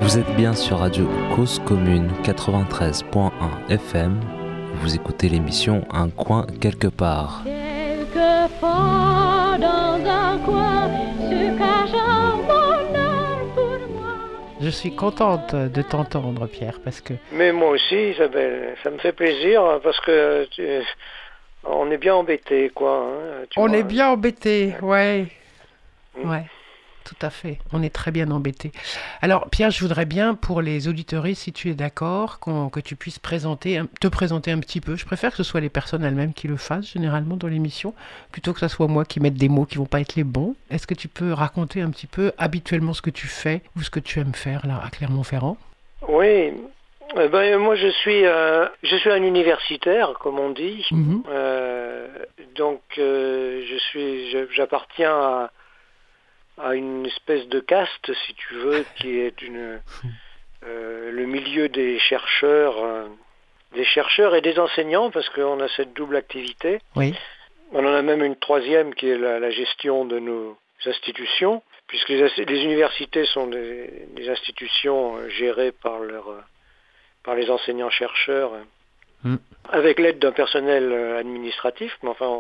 Vous êtes bien sur Radio Cause Commune 93.1 FM. Vous écoutez l'émission Un coin quelque part. Quelquefois dans un coin se cache un bonheur pour moi. Je suis contente de t'entendre, Pierre, parce que... Mais moi aussi, Isabelle, ça me fait plaisir parce que on est bien embêtés, quoi. Hein, on est bien embêtés, ouais. Ouais, tout à fait. On est très bien embêtés. Alors, Pierre, je voudrais bien, pour les auditeuristes, si tu es d'accord, que tu puisses te présenter un petit peu. Je préfère que ce soit les personnes elles-mêmes qui le fassent, généralement, dans l'émission, plutôt que ce soit moi qui mette des mots qui vont pas être les bons. Est-ce que tu peux raconter un petit peu, habituellement, ce que tu fais ou ce que tu aimes faire, là, à Clermont-Ferrand ? Oui. Moi, je suis un universitaire, comme on dit. Mhm. Donc, j'appartiens à une espèce de caste, si tu veux, qui est le milieu des chercheurs et des enseignants, parce qu'on a cette double activité. Oui. On en a même une troisième qui est la gestion de nos institutions, puisque les universités sont des institutions gérées par les enseignants-chercheurs, avec l'aide d'un personnel administratif, mais enfin,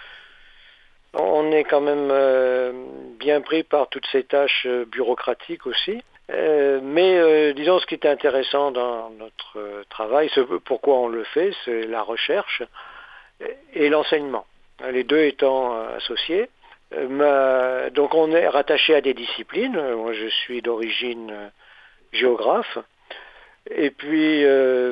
on est quand même bien pris par toutes ces tâches bureaucratiques aussi. Mais disons, ce qui est intéressant dans notre travail, pourquoi on le fait, c'est la recherche et l'enseignement, les deux étant associés. Donc on est rattaché à des disciplines. Moi, je suis d'origine géographe. Et puis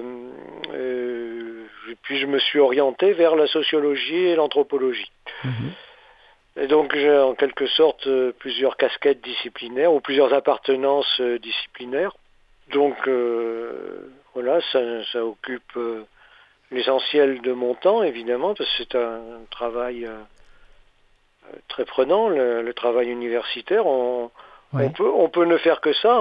je me suis orienté vers la sociologie et l'anthropologie. Mm-hmm. Et donc j'ai en quelque sorte plusieurs casquettes disciplinaires ou plusieurs appartenances disciplinaires. Donc voilà, ça occupe l'essentiel de mon temps, évidemment, parce que c'est un travail très prenant, le travail universitaire. On peut ne faire que ça,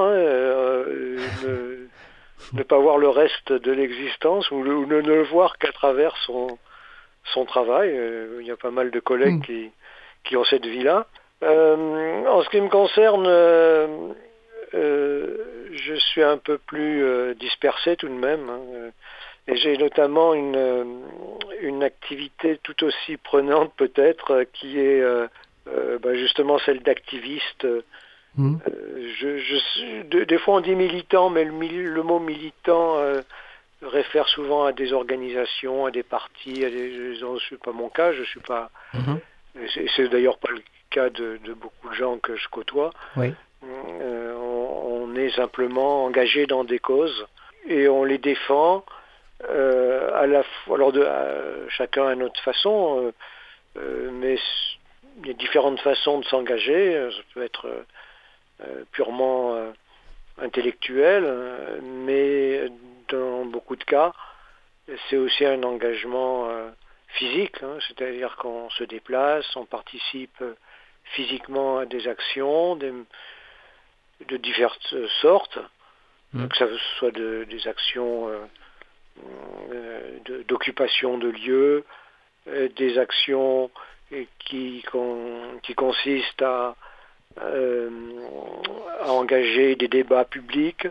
ne pas voir le reste de l'existence ou ne le voir qu'à travers son travail. Il y a pas mal de collègues qui ont cette vie-là. En ce qui me concerne, je suis un peu plus dispersé tout de même. Et j'ai notamment une activité tout aussi prenante peut-être, qui est justement celle d'activiste. Des fois on dit militant, mais le mot militant réfère souvent à des organisations, à des partis. Ce n'est pas mon cas, je suis pas. C'est d'ailleurs pas le cas de beaucoup de gens que je côtoie. Oui. On est simplement engagé dans des causes et on les défend à la fois. Alors chacun à notre façon, mais il y a différentes façons de s'engager. Ça peut être purement intellectuel, mais dans beaucoup de cas, c'est aussi un engagement physique, c'est-à-dire qu'on se déplace, on participe physiquement à des actions de diverses sortes, que ça soit des actions d'occupation de lieux, des actions qui consistent à engager des débats publics,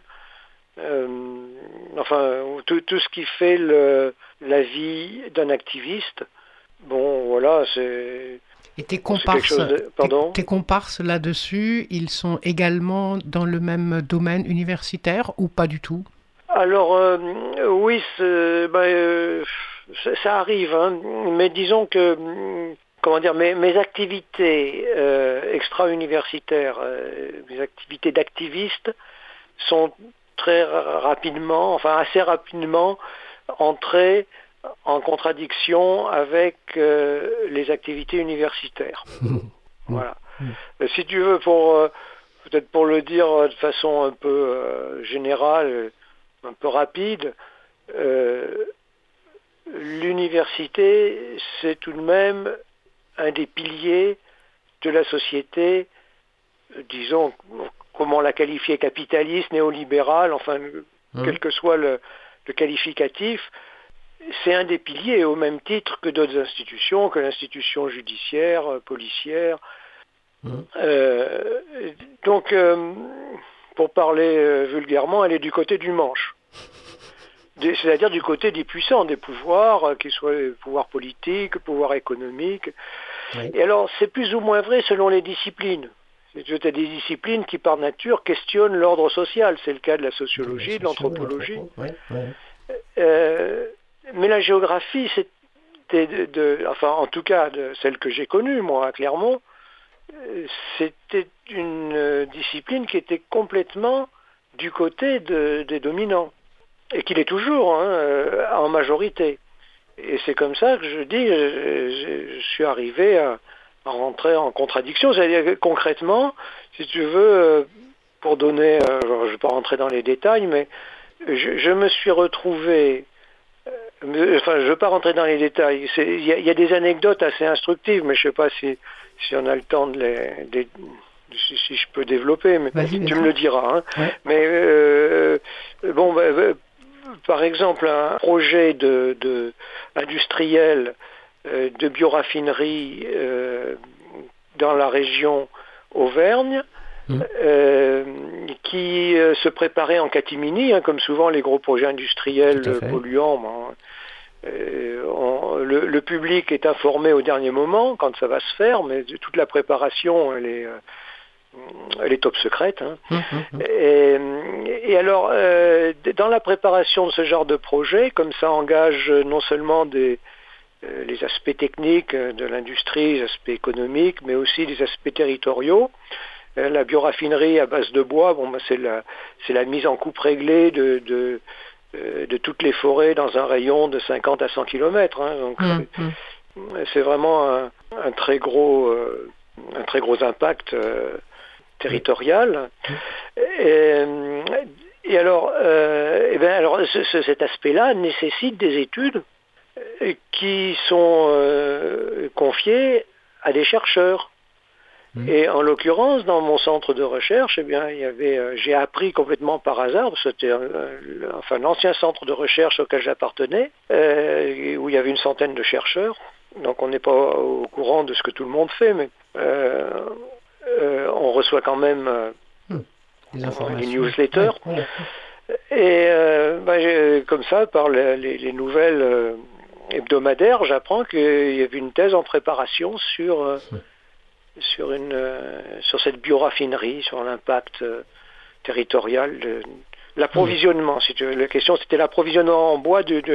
tout ce qui fait la vie d'un activiste. Bon, voilà, c'est... Et tes comparses là-dessus, ils sont également dans le même domaine universitaire ou pas du tout ? Alors, oui, ça arrive, mais disons que... mes activités extra-universitaires, mes activités d'activiste sont assez rapidement entrées en contradiction avec les activités universitaires. Voilà. Si tu veux, peut-être pour le dire de façon un peu générale, un peu rapide, l'université, c'est tout de même un des piliers de la société, disons, comment la qualifier, capitaliste, néolibérale, quel que soit le qualificatif, c'est un des piliers au même titre que d'autres institutions, que l'institution judiciaire, policière. Donc, pour parler vulgairement, elle est du côté du manche. C'est-à-dire du côté des puissants, des pouvoirs, qu'ils soient pouvoirs politiques, pouvoirs économiques. Oui. Et alors, c'est plus ou moins vrai selon les disciplines. Tu as des disciplines qui, par nature, questionnent l'ordre social. C'est le cas de la sociologie, de l'anthropologie. Oui, oui. Mais la géographie, enfin, en tout cas, de celle que j'ai connue, moi, à Clermont, c'était une discipline qui était complètement du côté des dominants. Et qu'il est toujours, en majorité. Et c'est comme ça que je dis, je suis arrivé à rentrer en contradiction. C'est-à-dire concrètement, si tu veux, pour donner, je ne vais pas rentrer dans les détails, mais je me suis retrouvé, enfin je ne veux pas rentrer dans les détails, il y a des anecdotes assez instructives, mais je ne sais pas si on a le temps si je peux développer, mais tu me le diras. Ouais. Mais bon, par exemple, un projet industriel de bioraffinerie dans la région Auvergne, qui se préparait en catimini, comme souvent les gros projets industriels polluants. Le public est informé au dernier moment quand ça va se faire, mais toute la préparation, elle est top secrète. Et alors, dans la préparation de ce genre de projet, comme ça engage non seulement les aspects techniques de l'industrie, les aspects économiques, mais aussi les aspects territoriaux, la bioraffinerie à base de bois, c'est la mise en coupe réglée de toutes les forêts dans un rayon de 50 à 100 km. Donc, c'est vraiment un très gros impact territorial. Et alors, cet aspect-là nécessite des études qui sont confiées à des chercheurs. Et en l'occurrence, dans mon centre de recherche, j'ai appris complètement par hasard, c'était l'ancien centre de recherche auquel j'appartenais, où il y avait une centaine de chercheurs. Donc on n'est pas au courant de ce que tout le monde fait, mais on reçoit quand même les newsletters. Et comme ça, par les nouvelles hebdomadaires, j'apprends qu'il y avait une thèse en préparation sur cette bioraffinerie, sur l'impact territorial de l'approvisionnement. Si tu veux. La question, c'était l'approvisionnement en bois de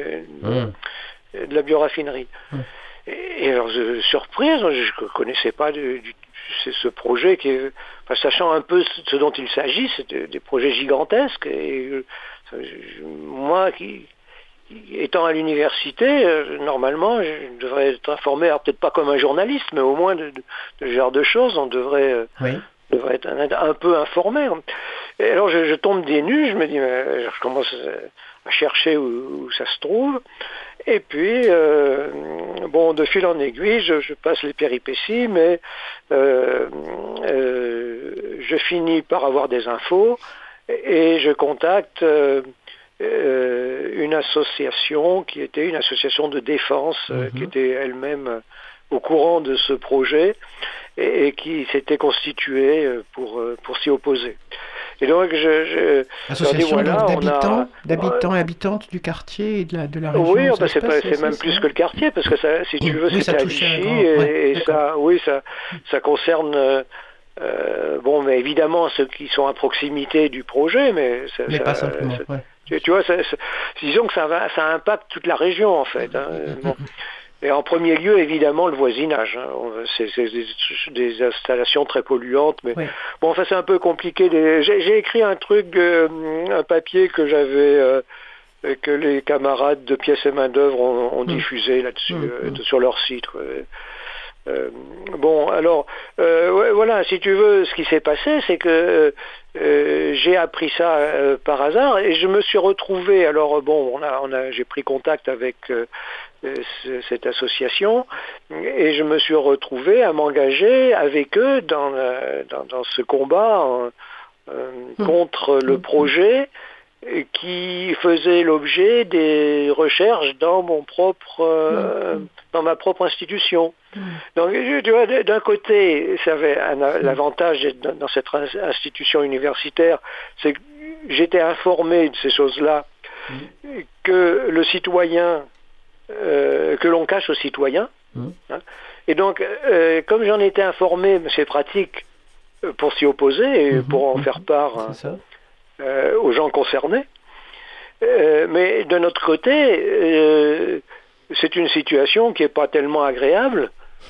la bioraffinerie. Et alors, surprise, je ne connaissais pas ce projet, sachant un peu ce dont il s'agit, c'est des projets gigantesques. Et moi, étant à l'université, normalement, je devrais être informé, alors peut-être pas comme un journaliste, mais au moins de ce genre de choses, on devrait être un peu informé. Et alors je tombe des nues, je me dis, je commence à chercher où ça se trouve, et puis, de fil en aiguille, je passe les péripéties, mais je finis par avoir des infos, et je contacte une association qui était une association de défense qui était elle-même au courant de ce projet et qui s'était constituée pour s'y opposer. Et donc association d'habitants et habitantes du quartier et de la région. Oui, c'est même plus que le quartier, parce que ça, si tu veux, c'était à Vichy ça concerne. Mais évidemment ceux qui sont à proximité du projet, mais pas simplement. Tu vois, disons que ça impacte toute la région en fait. Et en premier lieu, évidemment, le voisinage. C'est des installations très polluantes, mais c'est un peu compliqué. J'ai écrit un papier que j'avais que les camarades de Pièces et Main-d'œuvre ont diffusé là-dessus sur leur site. Voilà, si tu veux, ce qui s'est passé, c'est que j'ai appris ça par hasard et je me suis retrouvé. Alors j'ai pris contact avec cette association et je me suis retrouvé à m'engager avec eux dans ce combat contre le projet qui faisait l'objet des recherches dans ma propre institution. Donc, tu vois, d'un côté, ça avait l'avantage d'être dans cette institution universitaire, c'est que j'étais informé de ces choses-là, que le citoyen, que l'on cache aux citoyens. Hein. Et donc, comme j'en étais informé, c'est pratique pour s'y opposer et pour en faire part aux gens concernés. Mais d'un autre côté, c'est une situation qui n'est pas tellement agréable,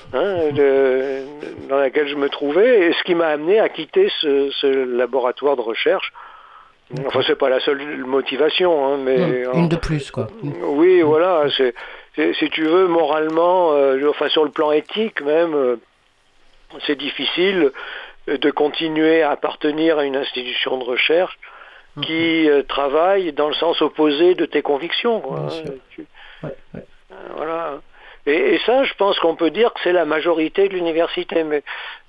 dans laquelle je me trouvais, et ce qui m'a amené à quitter ce laboratoire de recherche. Enfin, c'est pas la seule motivation, mais une de plus, quoi. Oui, voilà. Si tu veux, moralement, enfin sur le plan éthique même, c'est difficile de continuer à appartenir à une institution de recherche qui travaille dans le sens opposé de tes convictions. Quoi, voilà. Et ça, je pense qu'on peut dire que c'est la majorité de l'université. Mais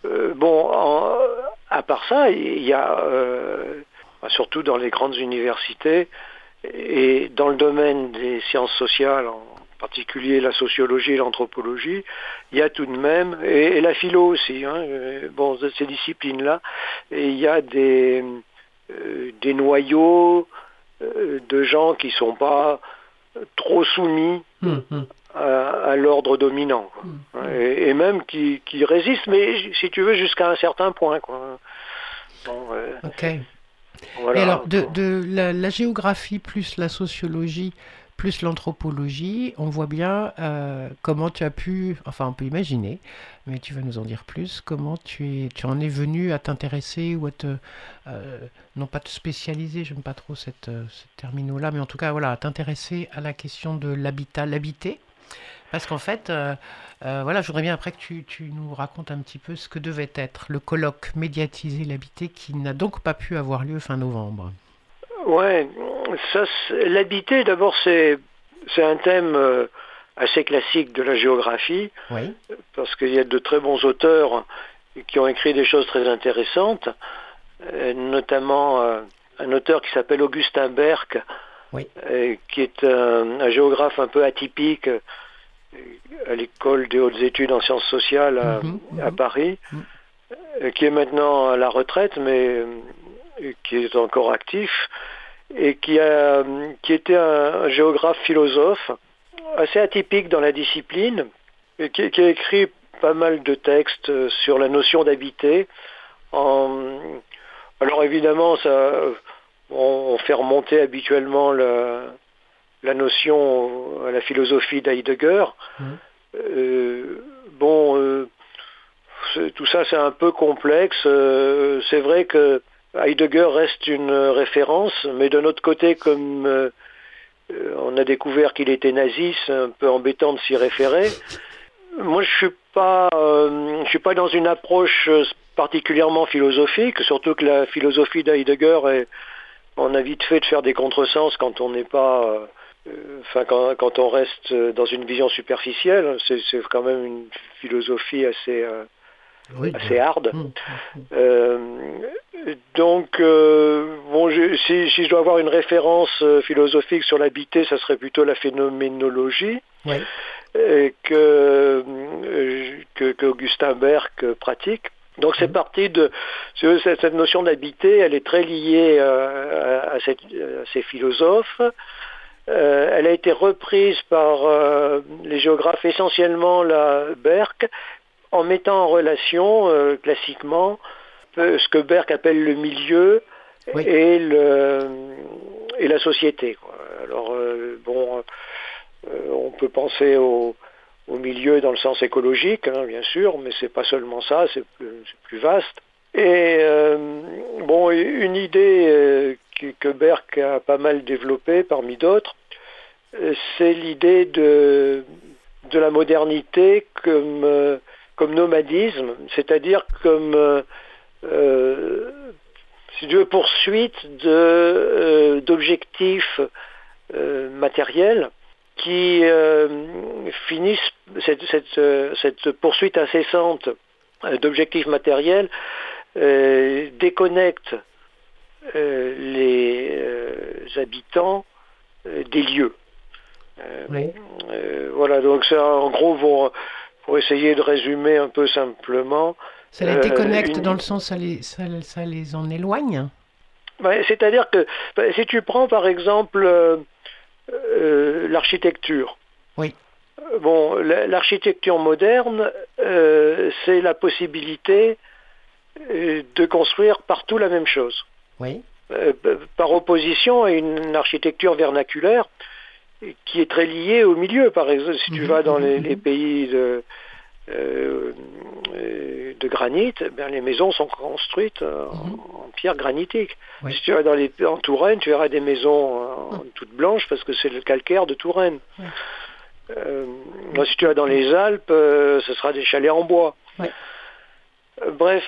à part ça, il y a, surtout dans les grandes universités et dans le domaine des sciences sociales, en particulier la sociologie et l'anthropologie, il y a tout de même, et la philo aussi, ces disciplines-là, et il y a des noyaux de gens qui ne sont pas trop soumis à l'ordre dominant, quoi. Et même qui résistent, mais si tu veux, jusqu'à un certain point, quoi. Bon, ok. Voilà. Et alors, de la géographie plus la sociologie plus l'anthropologie, on voit bien comment tu as pu, enfin on peut imaginer, mais tu vas nous en dire plus, comment tu en es venu à t'intéresser ou à non pas te spécialiser, j'aime pas trop cette termino-là, mais en tout cas voilà, à t'intéresser à la question de l'habitat, l'habiter. Parce qu'en fait, voilà, je voudrais bien après que tu nous racontes un petit peu ce que devait être le colloque médiatisé l'habiter qui n'a donc pas pu avoir lieu fin novembre. Ouais, ça, l'habiter, d'abord, c'est un thème assez classique de la géographie, parce qu'il y a de très bons auteurs qui ont écrit des choses très intéressantes, notamment un auteur qui s'appelle Augustin Berck, qui est un géographe un peu atypique à l'école des hautes études en sciences sociales à Paris, qui est maintenant à la retraite, mais qui est encore actif, et qui était un géographe philosophe assez atypique dans la discipline, et qui a écrit pas mal de textes sur la notion d'habiter. Alors évidemment, on fait remonter habituellement la notion à la philosophie d'Heidegger. Tout ça c'est un peu complexe. C'est vrai que Heidegger reste une référence, mais d'un autre côté, comme on a découvert qu'il était nazi, c'est un peu embêtant de s'y référer. Moi, je suis pas dans une approche particulièrement philosophique, surtout que la philosophie d'Heidegger on a vite fait de faire des contresens quand on n'est pas, quand on reste dans une vision superficielle. C'est quand même une philosophie assez hard. Donc, si je dois avoir une référence philosophique sur l'habiter, ça serait plutôt la phénoménologie que Augustin Berck pratique. Donc c'est parti de cette notion d'habiter, elle est très liée à ces philosophes. Elle a été reprise par les géographes, essentiellement Berck, en mettant en relation classiquement ce que Berck appelle le milieu et la société, quoi. Alors on peut penser au milieu dans le sens écologique, bien sûr, mais c'est pas seulement ça, c'est plus vaste. Et une idée que Berck a pas mal développée parmi d'autres, c'est l'idée de la modernité comme nomadisme, c'est-à-dire comme si tu veux, poursuite d'objectifs matériels qui finissent cette poursuite incessante d'objectifs matériels déconnecte les habitants des lieux. Voilà, donc ça, en gros, pour essayer de résumer un peu simplement. Ça les déconnecte dans le sens, ça les en éloigne. C'est-à-dire que si tu prends par exemple l'architecture. Oui. Bon, l'architecture moderne, c'est la possibilité de construire partout la même chose. Oui. Par opposition à une architecture vernaculaire qui est très liée au milieu. Par exemple, si tu vas dans les pays de granit, les maisons sont construites en pierre granitique. Oui. Si tu vas en Touraine, tu verras des maisons toutes blanches parce que c'est le calcaire de Touraine. Oui. Si tu vas dans les Alpes, ce sera des chalets en bois. Oui. Bref,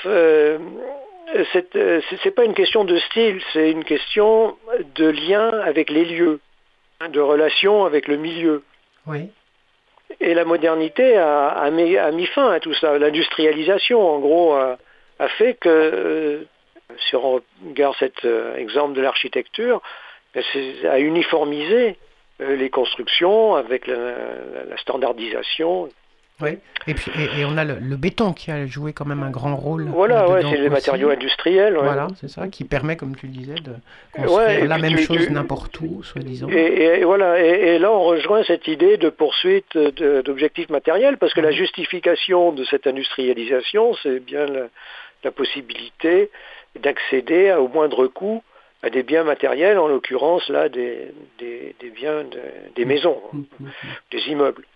c'est pas une question de style, c'est une question de lien avec les lieux, de relation avec le milieu. Oui. Et la modernité a mis fin à tout ça. L'industrialisation, en gros, a fait que, si on regarde cet exemple de l'architecture, a uniformisé les constructions avec la standardisation. Oui, et puis on a le béton qui a joué quand même un grand rôle. Voilà, c'est les matériaux industriels. Voilà, c'est ça, qui permet, comme tu le disais, de construire la même chose n'importe où, soi-disant. Et voilà, et là on rejoint cette idée de poursuite d'objectifs matériels, parce que la justification de cette industrialisation, c'est bien la possibilité d'accéder au moindre coût à des biens matériels, en l'occurrence là des biens, des maisons, des immeubles.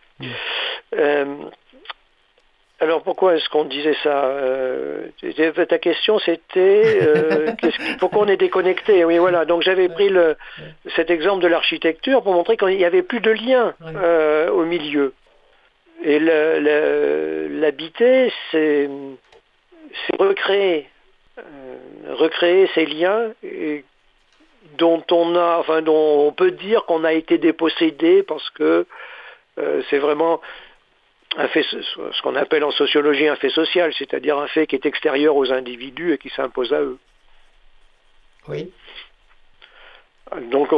Alors pourquoi est-ce qu'on disait ça ta question c'était pourquoi on est déconnecté. Oui, voilà, donc j'avais pris cet exemple de l'architecture pour montrer qu'il n'y avait plus de lien au milieu. Et l'habiter, c'est recréer ces liens dont on peut dire qu'on a été dépossédé parce que c'est vraiment un fait, ce qu'on appelle en sociologie un fait social, c'est-à-dire un fait qui est extérieur aux individus et qui s'impose à eux. Oui. Donc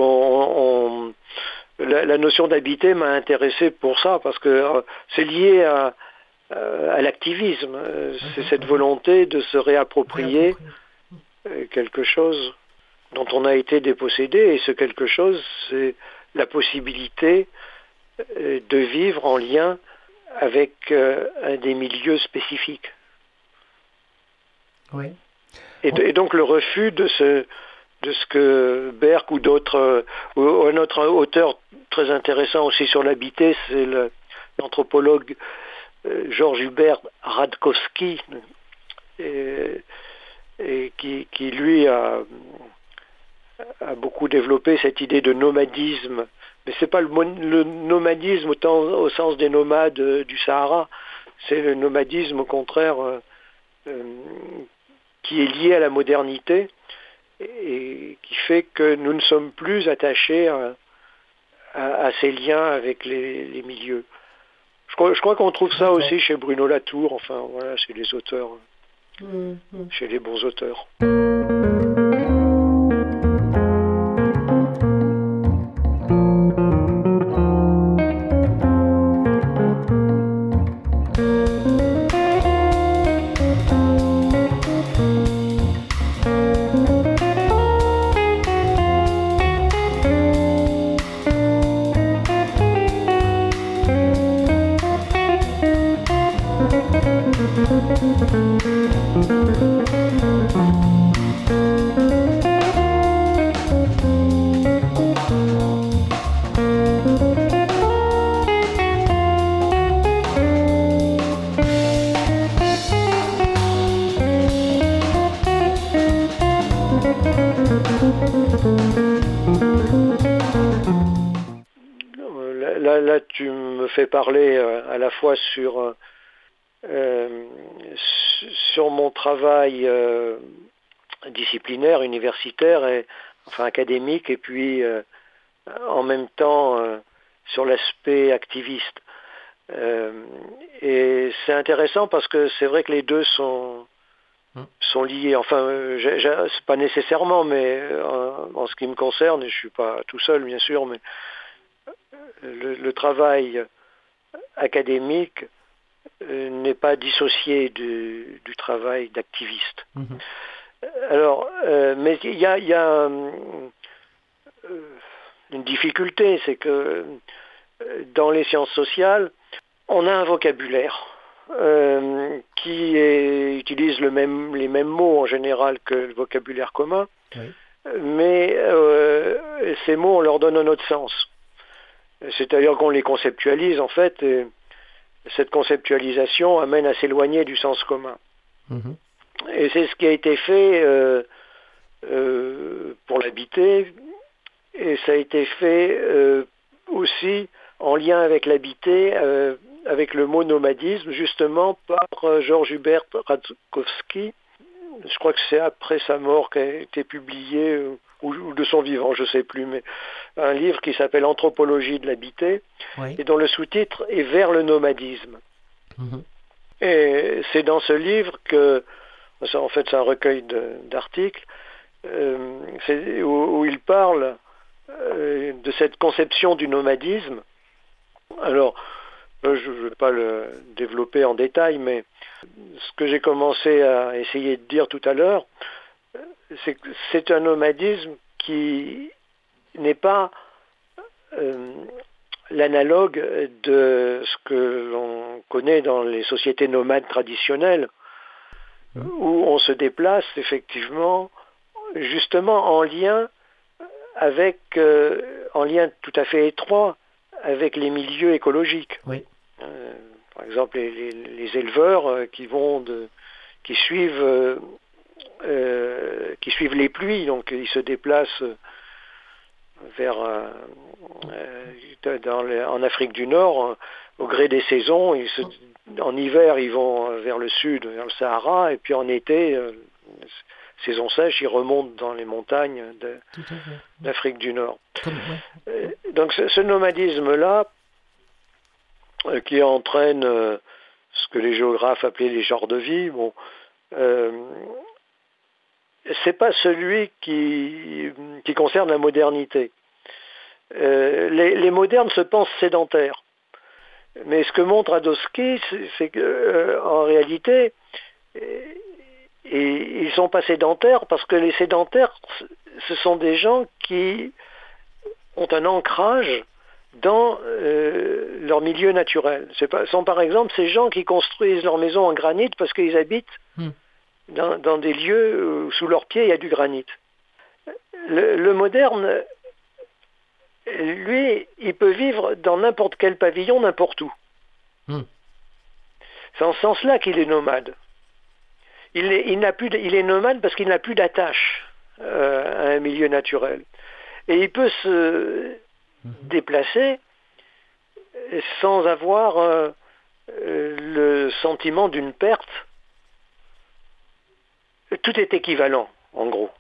la notion d'habiter m'a intéressé pour ça, parce que c'est lié à l'activisme. C'est cette volonté de se réapproprier quelque chose dont on a été dépossédé, et ce quelque chose, c'est la possibilité de vivre en lien avec des milieux spécifiques. Oui. Et donc le refus de ce que Berck ou d'autres, ou un autre auteur très intéressant aussi sur l'habiter, c'est l'anthropologue Georges Hubert Radkowski, et qui lui a beaucoup développé cette idée de nomadisme. Mais c'est pas le nomadisme autant au sens des nomades du Sahara, c'est le nomadisme au contraire qui est lié à la modernité et qui fait que nous ne sommes plus attachés à ces liens avec les milieux. Je crois qu'on trouve ça aussi chez Bruno Latour, enfin voilà, chez les auteurs, chez les bons auteurs. Là, tu me fais parler à la fois sur mon travail disciplinaire, universitaire, académique, et puis en même temps sur l'aspect activiste. Et c'est intéressant parce que c'est vrai que les deux sont liés. Enfin, c'est pas nécessairement, mais en ce qui me concerne, et je suis pas tout seul bien sûr, mais le travail académique n'est pas dissocié du travail d'activiste. Mhm. Alors, mais il y a une difficulté, c'est que dans les sciences sociales, on a un vocabulaire qui utilise les mêmes mots en général que le vocabulaire commun, Oui. mais ces mots, on leur donne un autre sens. C'est-à-dire qu'on les conceptualise, en fait, et cette conceptualisation amène à s'éloigner du sens commun. Mhm. Et c'est ce qui a été fait pour l'habiter, et ça a été fait aussi en lien avec l'habiter, avec le mot nomadisme, justement par Georges Hubert Raczkowski. Je crois que c'est après sa mort qu'a été publié, ou de son vivant, je ne sais plus, mais un livre qui s'appelle Anthropologie de l'habiter, Oui. et dont le sous-titre est Vers le nomadisme. Mhm. Et c'est dans ce livre que, en fait c'est un recueil d'articles, où il parle de cette conception du nomadisme. Alors, je ne vais pas le développer en détail, mais ce que j'ai commencé à essayer de dire tout à l'heure, c'est que c'est un nomadisme qui n'est pas l'analogue de ce que l'on connaît dans les sociétés nomades traditionnelles, où on se déplace effectivement justement en lien tout à fait étroit avec les milieux écologiques. Oui. Par exemple, les éleveurs qui suivent les pluies, donc ils se déplacent en Afrique du Nord au gré des saisons. En hiver, ils vont vers le sud, vers le Sahara, et puis en été, saison sèche, ils remontent dans les montagnes d'Afrique du Nord. Donc ce nomadisme-là, qui entraîne ce que les géographes appelaient les genres de vie, c'est pas celui qui concerne la modernité. Les modernes se pensent sédentaires. Mais ce que montre Raczkowski, c'est que en réalité, ils ne sont pas sédentaires parce que les sédentaires, ce sont des gens qui ont un ancrage dans leur milieu naturel. Sont par exemple ces gens qui construisent leur maison en granit parce qu'ils habitent dans des lieux où sous leurs pieds il y a du granit. Le moderne, lui, il peut vivre dans n'importe quel pavillon, n'importe où. C'est en ce sens-là qu'il est nomade. Il est nomade parce qu'il n'a plus d'attache à un milieu naturel. Et il peut se déplacer sans avoir le sentiment d'une perte. Tout est équivalent, en gros.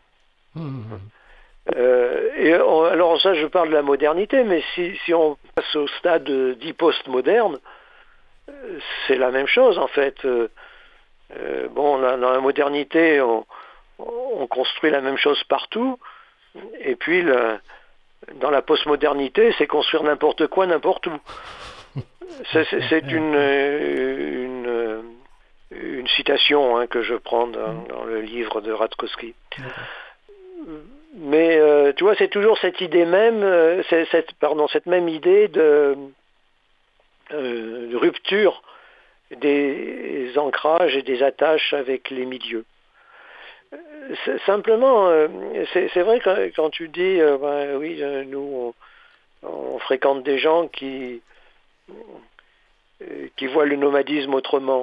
Alors ça, je parle de la modernité, mais si on passe au stade dit post-moderne, c'est la même chose, en fait. Dans la modernité, on construit la même chose partout, et puis dans la postmodernité, c'est construire n'importe quoi, n'importe où. C'est une citation que je prends dans le livre de Raczkowski. Mais tu vois, c'est toujours cette idée même, cette même idée de rupture des ancrages et des attaches avec les milieux. Simplement, c'est vrai que quand tu dis, oui, nous, on fréquente des gens qui voient le nomadisme autrement.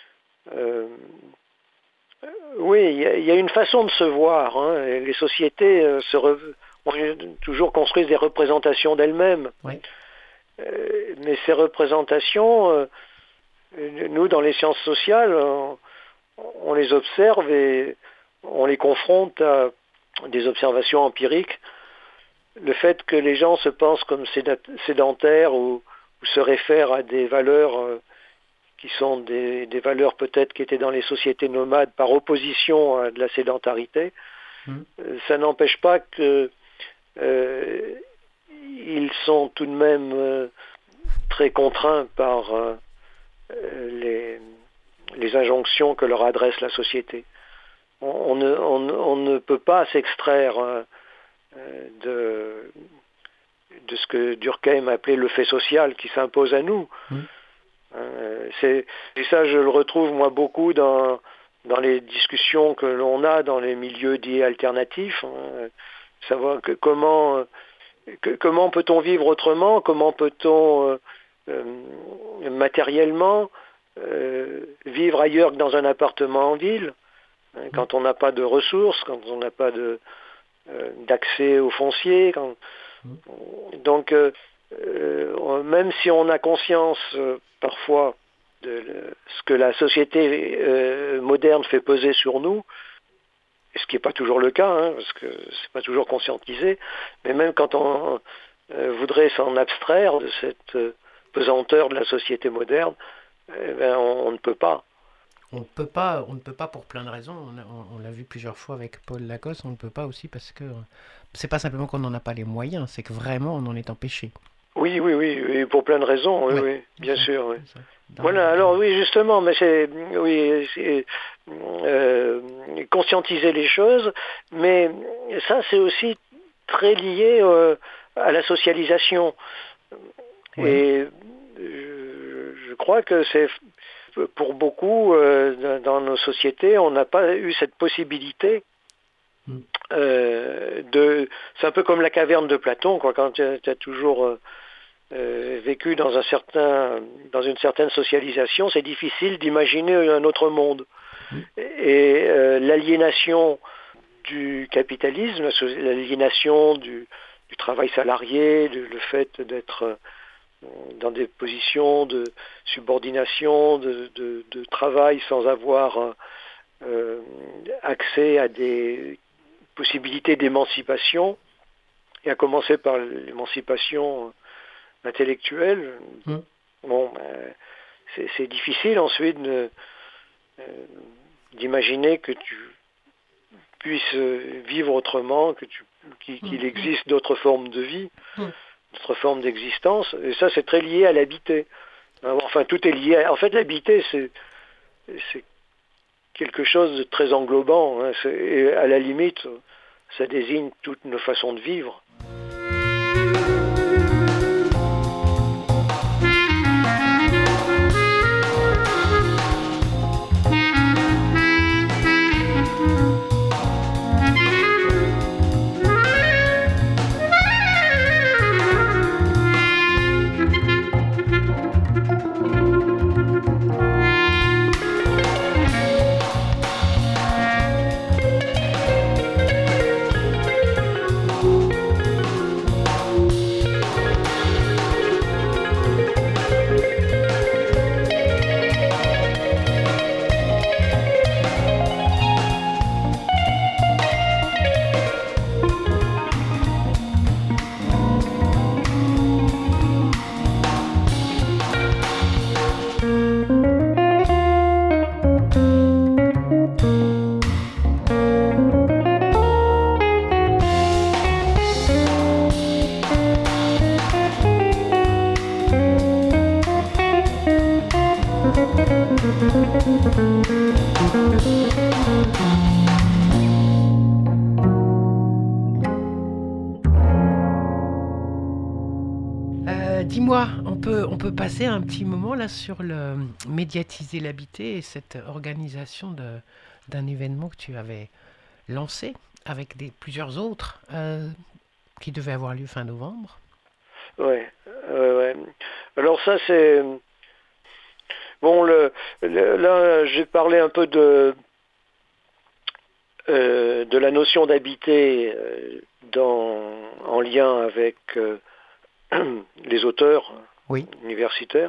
Oui, il y a une façon de se voir. Les sociétés ont toujours construit des représentations d'elles-mêmes. Oui. Mais ces représentations, nous, dans les sciences sociales, on les observe et on les confronte à des observations empiriques. Le fait que les gens se pensent comme sédentaires ou se réfèrent à des valeurs qui sont des valeurs peut-être qui étaient dans les sociétés nomades par opposition à de la sédentarité, ça n'empêche pas que ils sont tout de même très contraints par les injonctions que leur adresse la société. On ne peut pas s'extraire de ce que Durkheim appelait le fait social qui s'impose à nous. Et ça, je le retrouve moi beaucoup dans les discussions que l'on a dans les milieux dits alternatifs. Savoir comment peut-on vivre autrement, comment peut-on matériellement vivre ailleurs que dans un appartement en ville, quand on n'a pas de ressources, quand on n'a pas d'accès au foncier. Donc, même si on a conscience parfois de ce que la société moderne fait peser sur nous, ce qui n'est pas toujours le cas, parce que c'est pas toujours conscientisé, mais même quand on voudrait s'en abstraire de cette pesanteur de la société moderne, on ne peut pas. On ne peut pas pour plein de raisons. On l'a vu plusieurs fois avec Paul Lacoste. On ne peut pas aussi parce que c'est pas simplement qu'on n'en a pas les moyens, c'est que vraiment on en est empêché. Oui, pour plein de raisons, oui, bien sûr. Oui. Voilà, alors oui, justement, mais c'est conscientiser les choses, mais ça c'est aussi très lié à la socialisation. Oui. Et je crois que c'est pour beaucoup dans nos sociétés, on n'a pas eu cette possibilité c'est un peu comme la caverne de Platon, quoi, quand tu as toujours vécu dans une certaine socialisation, c'est difficile d'imaginer un autre monde. Et l'aliénation du capitalisme, l'aliénation du travail salarié, le fait d'être dans des positions de subordination, de travail sans avoir accès à des possibilités d'émancipation, et à commencer par l'émancipation intellectuelle. C'est difficile ensuite d'imaginer que tu puisses vivre autrement, qu'il existe d'autres formes de vie, d'autres formes d'existence, et ça c'est très lié à l'habité. Enfin, tout est lié. En fait, l'habité, c'est quelque chose de très englobant, et à la limite, ça désigne toutes nos façons de vivre. Dis-moi, on peut passer un petit moment là sur le médiatiser l'habité et cette organisation d'un événement que tu avais lancé avec plusieurs autres qui devaient avoir lieu fin novembre. Ouais. Alors ça c'est bon. Là, j'ai parlé un peu de la notion d'habiter en lien avec les auteurs universitaires.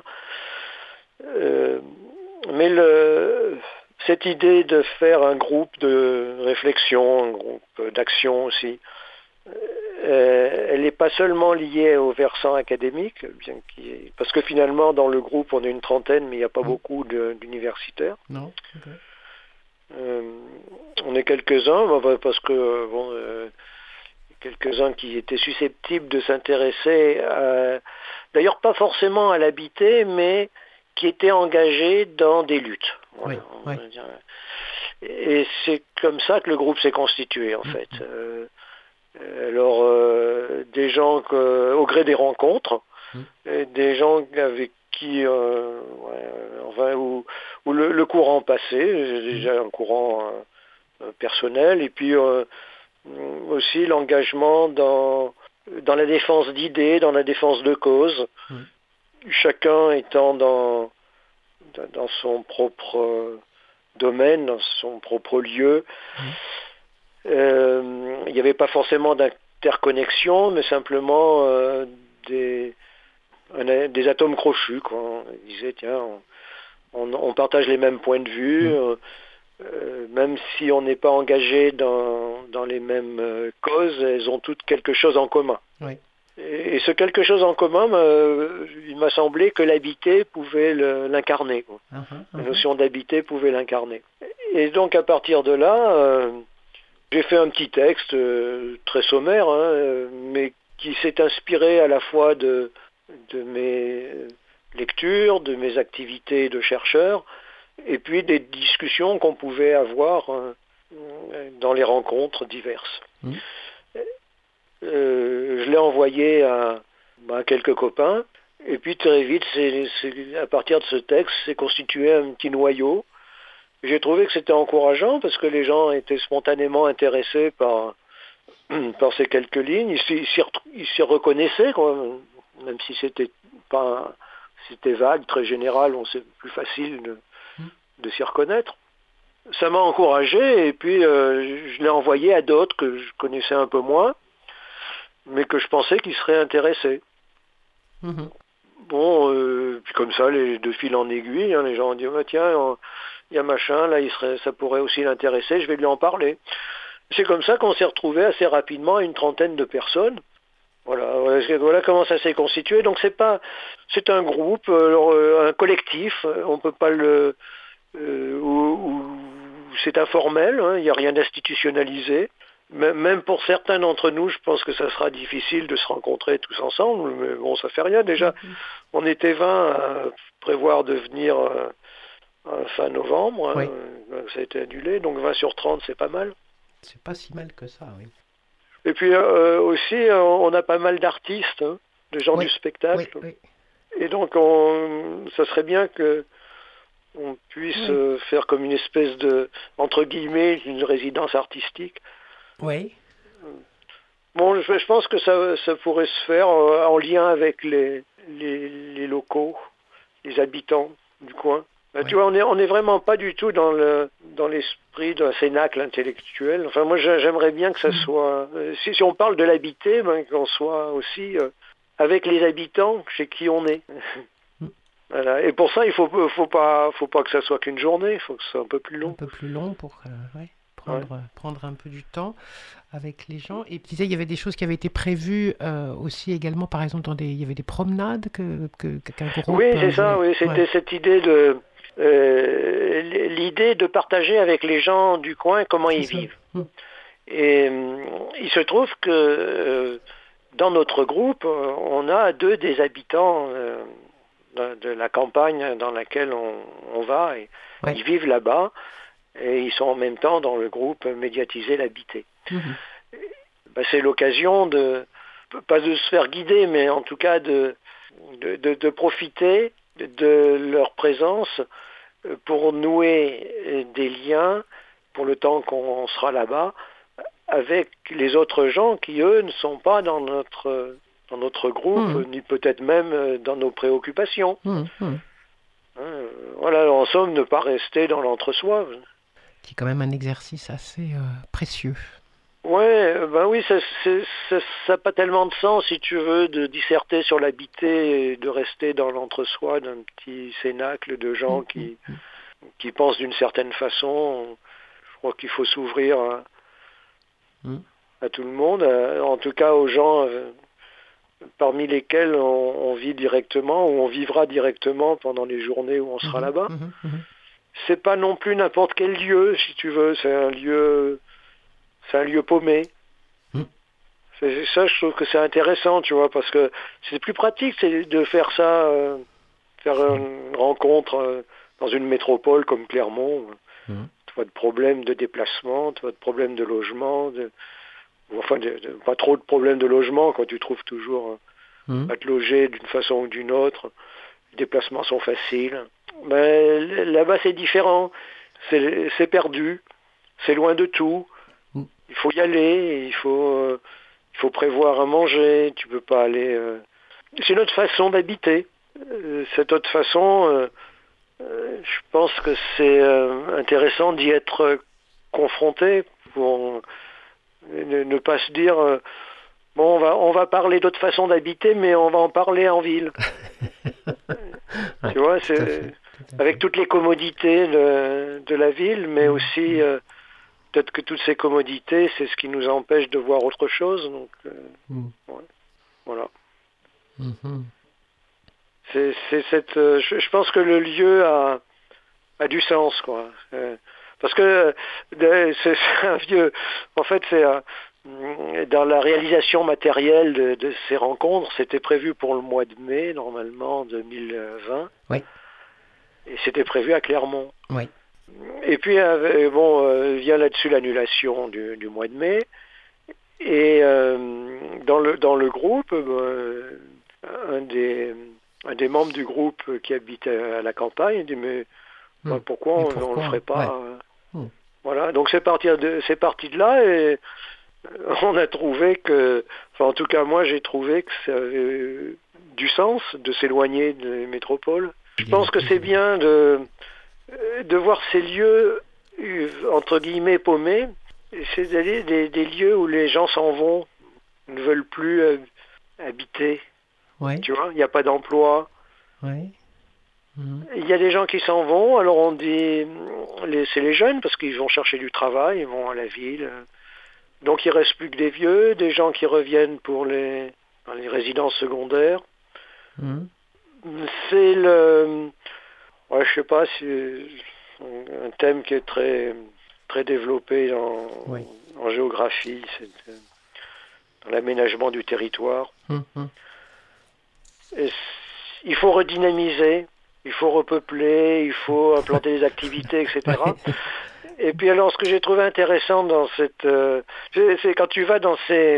Mais cette idée de faire un groupe de réflexion, un groupe d'action aussi, elle n'est pas seulement liée au versant académique, parce que finalement dans le groupe on est une trentaine, mais il n'y a pas beaucoup d'universitaires. Non. Okay. On est quelques-uns, parce que quelques-uns qui étaient susceptibles de s'intéresser d'ailleurs pas forcément à l'habiter, mais qui étaient engagés dans des luttes. Oui, oui. Et c'est comme ça que le groupe s'est constitué, en fait. Alors, des gens au gré des rencontres, des gens avec qui, où le courant passait, déjà un courant personnel, et puis aussi l'engagement dans la défense d'idées, dans la défense de causes, chacun étant dans son propre domaine, dans son propre lieu. Il n'y avait pas forcément d'interconnexion, mais simplement des atomes crochus, quoi. On disait, tiens, on partage les mêmes points de vue, même si on n'est pas engagé dans les mêmes causes, elles ont toutes quelque chose en commun. Oui. Et ce quelque chose en commun, il m'a semblé que l'habiter pouvait l'incarner, quoi. La notion d'habiter pouvait l'incarner. Et donc à partir de là, j'ai fait un petit texte très sommaire, mais qui s'est inspiré à la fois de mes lectures, de mes activités de chercheur, et puis des discussions qu'on pouvait avoir dans les rencontres diverses. Je l'ai envoyé à quelques copains, et puis très vite, à partir de ce texte, s'est constitué un petit noyau. J'ai trouvé que c'était encourageant parce que les gens étaient spontanément intéressés par ces quelques lignes. Ils s'y reconnaissaient, quoi, même si c'était vague, très général, c'est plus facile de s'y reconnaître. Ça m'a encouragé, et puis je l'ai envoyé à d'autres que je connaissais un peu moins, mais que je pensais qu'ils seraient intéressés. Bon, puis comme ça, de fil en aiguille, les gens ont dit, tiens, il y a machin, là, ça pourrait aussi l'intéresser, je vais lui en parler. C'est comme ça qu'on s'est retrouvé assez rapidement à une trentaine de personnes. Voilà comment ça s'est constitué. Donc c'est un groupe, un collectif, on peut pas où c'est informel, il n'y a rien d'institutionnalisé. Même pour certains d'entre nous, je pense que ça sera difficile de se rencontrer tous ensemble, mais bon, ça fait rien. Déjà, on était 20 à prévoir de venir fin novembre, oui. Ça a été annulé, donc 20 sur 30, c'est pas mal. C'est pas si mal que ça, oui. Et puis aussi, on a pas mal d'artistes, de gens du spectacle. Oui. Et donc, ça serait bien que on puisse faire comme une espèce de, entre guillemets, une résidence artistique. Oui. Bon, je pense que ça pourrait se faire en lien avec les locaux, les habitants du coin. Tu vois, on est vraiment pas du tout dans l'esprit d'un cénacle intellectuel. Enfin, moi, j'aimerais bien que ça soit... Si on parle de l'habiter, qu'on soit aussi avec les habitants chez qui on est. Voilà. Et pour ça, il faut pas que ça soit qu'une journée, il faut que ce soit un peu plus long. Un peu plus long pour prendre un peu du temps avec les gens. Et tu disais, il y avait des choses qui avaient été prévues aussi également, par exemple, il y avait des promenades qu'un groupe... Oui, c'est ça, c'était cette idée l'idée de partager avec les gens du coin comment ils vivent. Et il se trouve que dans notre groupe, on a 2 des habitants de la campagne dans laquelle on va, et ils vivent là-bas, et ils sont en même temps dans le groupe Médiatiser l'habiter. C'est l'occasion pas de se faire guider, mais en tout cas de profiter de leur présence pour nouer des liens pour le temps qu'on sera là-bas avec les autres gens qui, eux, ne sont pas dans notre groupe, ni peut-être même dans nos préoccupations. Voilà, en somme, ne pas rester dans l'entre-soi. Qui est quand même un exercice assez précieux. Oui, ça n'a pas tellement de sens, si tu veux, de disserter sur l'habiter et de rester dans l'entre-soi d'un petit cénacle de gens qui pensent d'une certaine façon. Je crois qu'il faut s'ouvrir à tout le monde, en tout cas aux gens parmi lesquels on vit directement, ou on vivra directement pendant les journées où on sera là-bas. C'est pas non plus n'importe quel lieu, si tu veux, c'est un lieu paumé. Ça, je trouve que c'est intéressant, tu vois, parce que c'est plus pratique de faire ça faire une rencontre dans une métropole comme Clermont. Tu vois de problèmes de déplacement, tu vois de problèmes de logement, pas trop de problèmes de logement quand tu trouves toujours à te loger d'une façon ou d'une autre. Les déplacements sont faciles. Mais là-bas, c'est différent. C'est perdu. C'est loin de tout. Il faut y aller. Il faut prévoir à manger. Tu peux pas aller... C'est notre façon d'habiter. Cette autre façon, je pense que c'est intéressant d'y être confronté pour ne pas se dire... Bon, on va parler d'autres façons d'habiter, mais on va en parler en ville. Tu vois, c'est avec toutes les commodités de la ville, mais aussi peut-être que toutes ces commodités, c'est ce qui nous empêche de voir autre chose. Donc, ouais, voilà. C'est cette. Je pense que le lieu a du sens, quoi. Parce que c'est un vieux. En fait, c'est dans la réalisation matérielle de ces rencontres, c'était prévu pour le mois de mai, normalement, 2020. Oui. Et c'était prévu à Clermont. Oui. Et puis, vient là-dessus l'annulation du mois de mai. Et dans le groupe, un des membres du groupe qui habite à la campagne dit mais pourquoi on ne le ferait pas Voilà. Donc c'est parti de là et on a trouvé que, enfin en tout cas moi j'ai trouvé que ça avait du sens de s'éloigner des métropoles. Je pense que c'est bien de voir ces lieux entre guillemets paumés, c'est-à-dire des lieux où les gens s'en vont, ne veulent plus habiter. Oui. Tu vois, il n'y a pas d'emploi. Oui. Il y a des gens qui s'en vont, alors on dit c'est les jeunes parce qu'ils vont chercher du travail, ils vont à la ville. Donc il ne reste plus que des vieux, des gens qui reviennent pour les résidences secondaires. C'est je sais pas, c'est un thème qui est très, très développé en géographie, c'est dans l'aménagement du territoire. Et il faut redynamiser, il faut repeupler, il faut implanter des activités, etc. Et puis alors, ce que j'ai trouvé intéressant dans c'est quand tu vas dans ces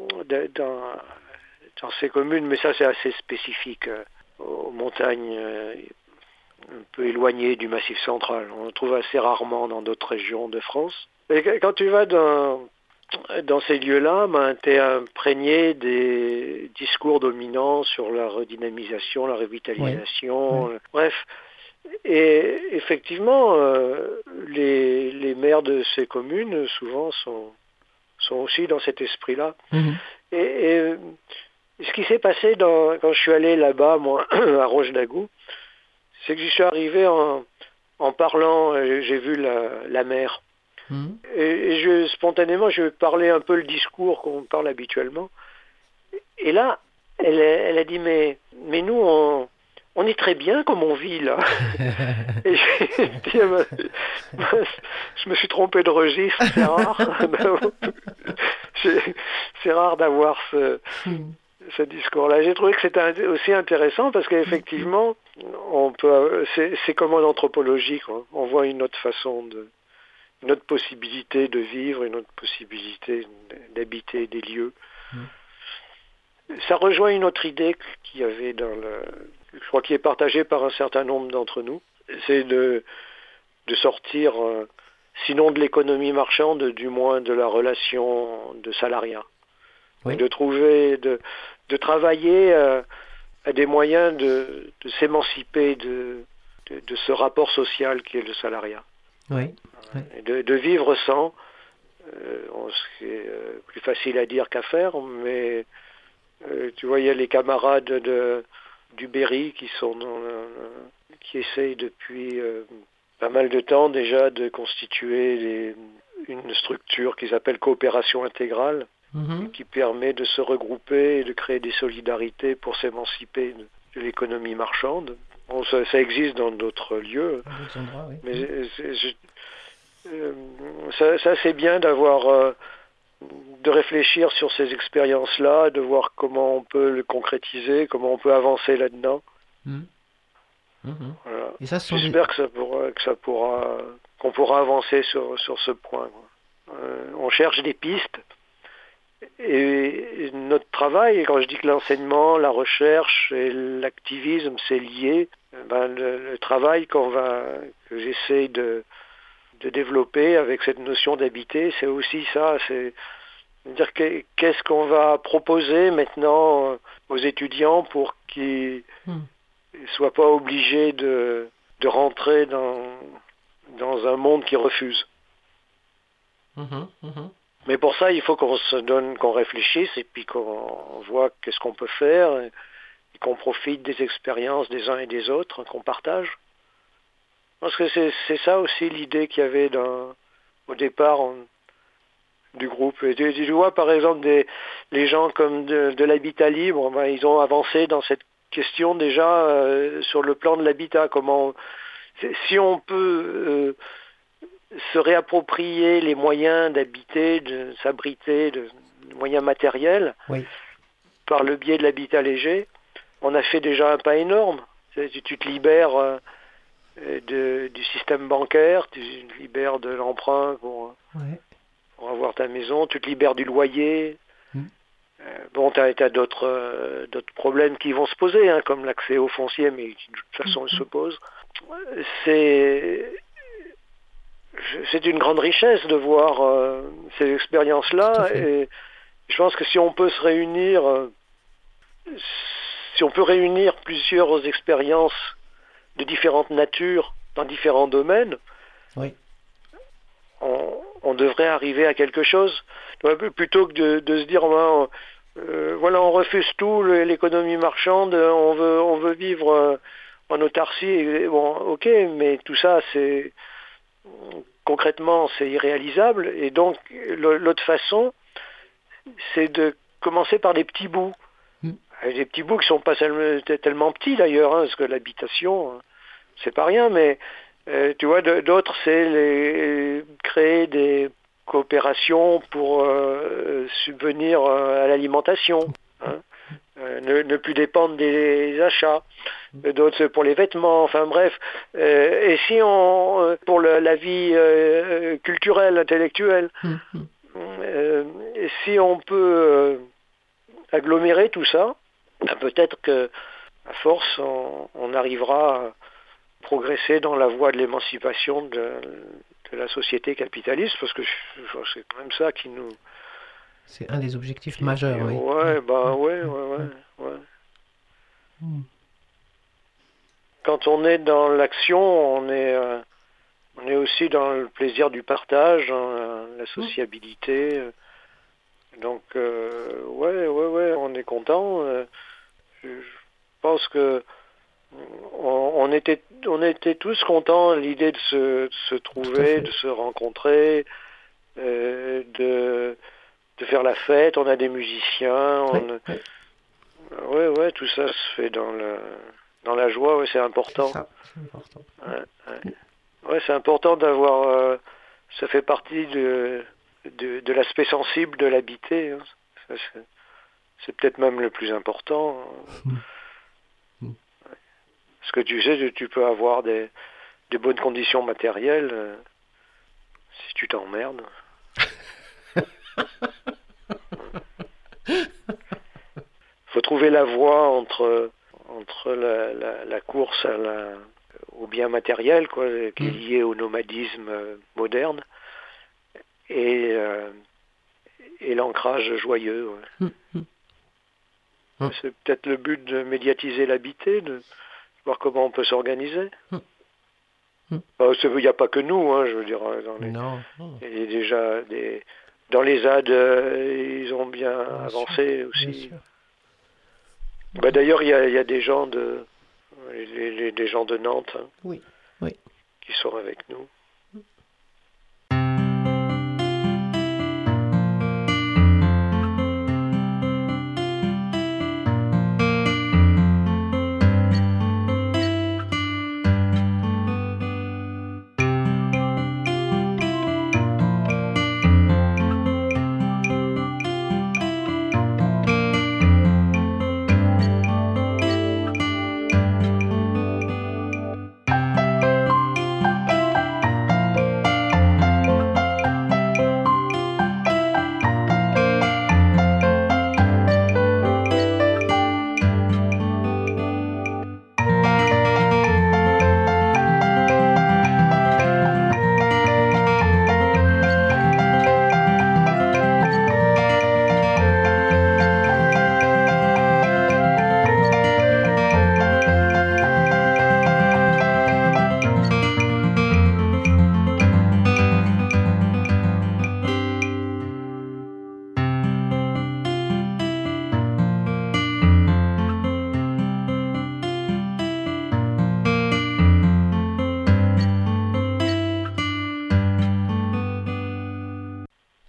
communes, mais ça c'est assez spécifique aux montagnes un peu éloignées du Massif central. On le trouve assez rarement dans d'autres régions de France. Et quand tu vas dans ces lieux-là, tu es imprégné des discours dominants sur la redynamisation, la revitalisation, bref. Et effectivement, les maires de ces communes, souvent, sont aussi dans cet esprit-là. Et ce qui s'est passé quand je suis allé là-bas, moi, à Roche-d'Agout, c'est que j'y suis arrivé en parlant, j'ai vu la mer. Et spontanément, je parlais un peu le discours qu'on parle habituellement. Et là, elle a dit, mais nous, on est très bien comme on vit là. Et j'ai dit, je me suis trompé de registre, c'est rare. C'est rare d'avoir ce discours-là. J'ai trouvé que c'était aussi intéressant parce qu'effectivement, c'est comme en anthropologie, quoi. On voit une autre façon une autre possibilité de vivre, une autre possibilité d'habiter des lieux. Ça rejoint une autre idée qu'il y avait je crois qui est partagée par un certain nombre d'entre nous, c'est de sortir, sinon de l'économie marchande, du moins de la relation de salariat. Oui. De trouver, de travailler à des moyens de s'émanciper de ce rapport social qui est le salariat. Oui. Et de vivre sans, c'est plus facile à dire qu'à faire, mais tu vois, il y a les camarades du Berry qui essayent depuis pas mal de temps déjà de constituer une structure qu'ils appellent coopération intégrale, qui permet de se regrouper et de créer des solidarités pour s'émanciper de l'économie marchande. Bon, ça existe dans d'autres lieux, mais ça c'est bien de réfléchir sur ces expériences-là, de voir comment on peut le concrétiser, comment on peut avancer là-dedans. Voilà. Et ça, ce sont J'espère qu'on pourra avancer sur ce point, quoi. On cherche des pistes. Et notre travail, et quand je dis que l'enseignement, la recherche et l'activisme, c'est lié, le travail que j'essaie de développer avec cette notion d'habiter, c'est aussi ça, c'est dire qu'est-ce qu'on va proposer maintenant aux étudiants pour qu'ils ne soient pas obligés de rentrer dans un monde qui refuse. Mais pour ça, il faut qu'on réfléchisse et puis qu'on voit qu'est-ce qu'on peut faire et qu'on profite des expériences des uns et des autres, qu'on partage. Parce que c'est ça aussi l'idée qu'il y avait au départ du groupe. Et tu vois, par exemple, les gens comme de l'habitat libre, ils ont avancé dans cette question déjà sur le plan de l'habitat. Si on peut se réapproprier les moyens d'habiter, de s'abriter, de moyens matériels, par le biais de l'habitat léger, on a fait déjà un pas énorme. Tu te libères du système bancaire, tu te libères de l'emprunt pour avoir ta maison, tu te libères du loyer. Tu as d'autres problèmes qui vont se poser, hein, comme l'accès au foncier, mais qui de toute façon se posent. C'est une grande richesse de voir ces expériences-là, et je pense que si on peut se réunir, si on peut réunir plusieurs expériences de différentes natures dans différents domaines, on devrait arriver à quelque chose. Plutôt que de se dire on refuse tout, l'économie marchande, on veut vivre en autarcie. Bon, ok, mais tout ça, concrètement, c'est irréalisable. Et donc, l'autre façon, c'est de commencer par des petits bouts. Des petits bouts qui sont pas tellement petits d'ailleurs, hein, parce que l'habitation, c'est pas rien, mais tu vois, d'autres, c'est créer des coopérations pour subvenir à l'alimentation, hein, ne plus dépendre des achats. D'autres, c'est pour les vêtements, enfin bref. Et si pour la vie culturelle, intellectuelle, si on peut agglomérer tout ça, peut-être que à force, on arrivera à progresser dans la voie de l'émancipation de la société capitaliste, parce que c'est quand même ça qui nous... C'est un des objectifs majeurs, oui. Ouais. Quand on est dans l'action, on est aussi dans le plaisir du partage, la sociabilité. Donc, on est content. Je pense que on était tous contents à l'idée de se trouver, de se rencontrer, de faire la fête. On a des musiciens. Tout ça se fait dans la joie. C'est important. C'est ça, c'est important. C'est important d'avoir. Ça fait partie de l'aspect sensible de l'habiter. Hein. C'est peut-être même le plus important. Parce que tu sais, tu peux avoir des bonnes conditions matérielles si tu t'emmerdes. Faut trouver la voie entre la course au bien matériel, quoi, qui est lié au nomadisme moderne, et l'ancrage joyeux. C'est peut-être le but de médiatiser l'habiter, de voir comment on peut s'organiser. Il n'y a pas que nous, hein, je veux dire. Il y a déjà dans les ZAD, ils ont bien avancé aussi. Bien sûr. D'ailleurs, il y a des gens des gens de Nantes, hein, qui sont avec nous.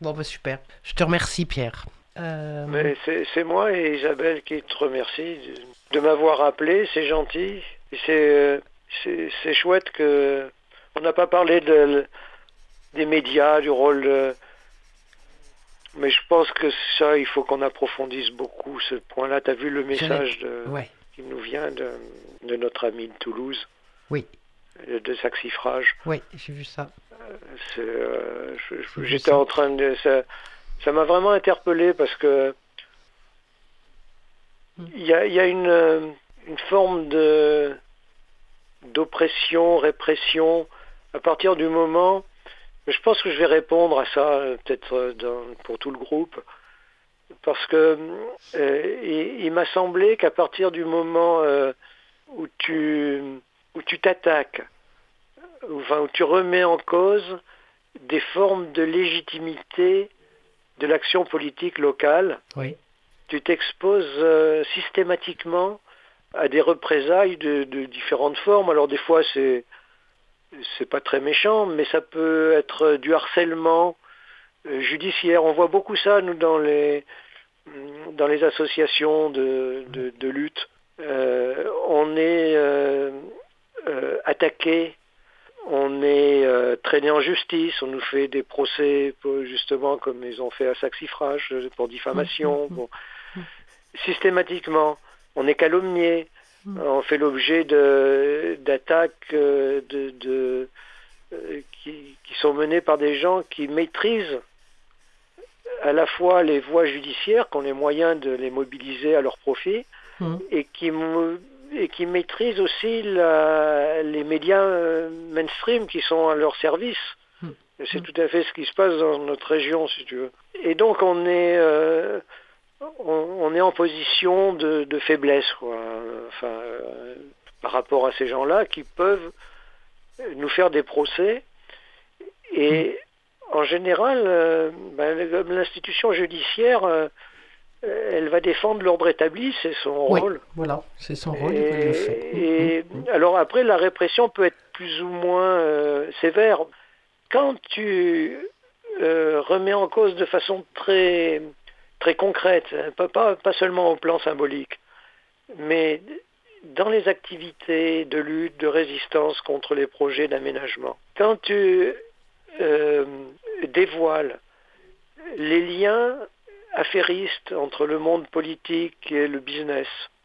Bon, bah, super. Je te remercie, Pierre. Mais c'est moi et Isabelle qui te remercie de m'avoir appelé, c'est gentil. Et c'est chouette que on n'a pas parlé des médias, du rôle. Mais je pense que ça, il faut qu'on approfondisse beaucoup ce point-là. Tu as vu le message qui nous vient de notre ami de Toulouse. Oui. De Saxifrage. Oui, j'ai vu ça. J'étais en train de... Ça m'a vraiment interpellé parce que il y a une forme d'oppression, répression, à partir du moment... Je pense que je vais répondre à ça, peut-être pour tout le groupe, parce que il m'a semblé qu'à partir du moment où tu t'attaques, où tu remets en cause des formes de légitimité de l'action politique locale, oui. Tu t'exposes systématiquement à des représailles de différentes formes. Alors des fois c'est pas très méchant, mais ça peut être du harcèlement judiciaire. On voit beaucoup ça, nous, dans les associations de lutte. On est attaqué, on est traîné en justice, on nous fait des procès, justement, comme ils ont fait à Saxifrage, pour diffamation. Bon. Systématiquement, on est calomnié. On fait l'objet d'attaques qui sont menées par des gens qui maîtrisent à la fois les voies judiciaires, qui ont les moyens de les mobiliser à leur profit, et qui maîtrisent aussi les médias mainstream qui sont à leur service. C'est tout à fait ce qui se passe dans notre région, si tu veux. Et donc on est en position de faiblesse, quoi. Enfin, par rapport à ces gens-là qui peuvent nous faire des procès. Et en général, l'institution judiciaire, elle va défendre l'ordre établi, c'est son rôle. Voilà, c'est son rôle. Alors après, la répression peut être plus ou moins sévère. Quand tu remets en cause de façon très concrète, pas seulement au plan symbolique, mais dans les activités de lutte, de résistance contre les projets d'aménagement. Quand tu dévoiles les liens affairistes entre le monde politique et le business,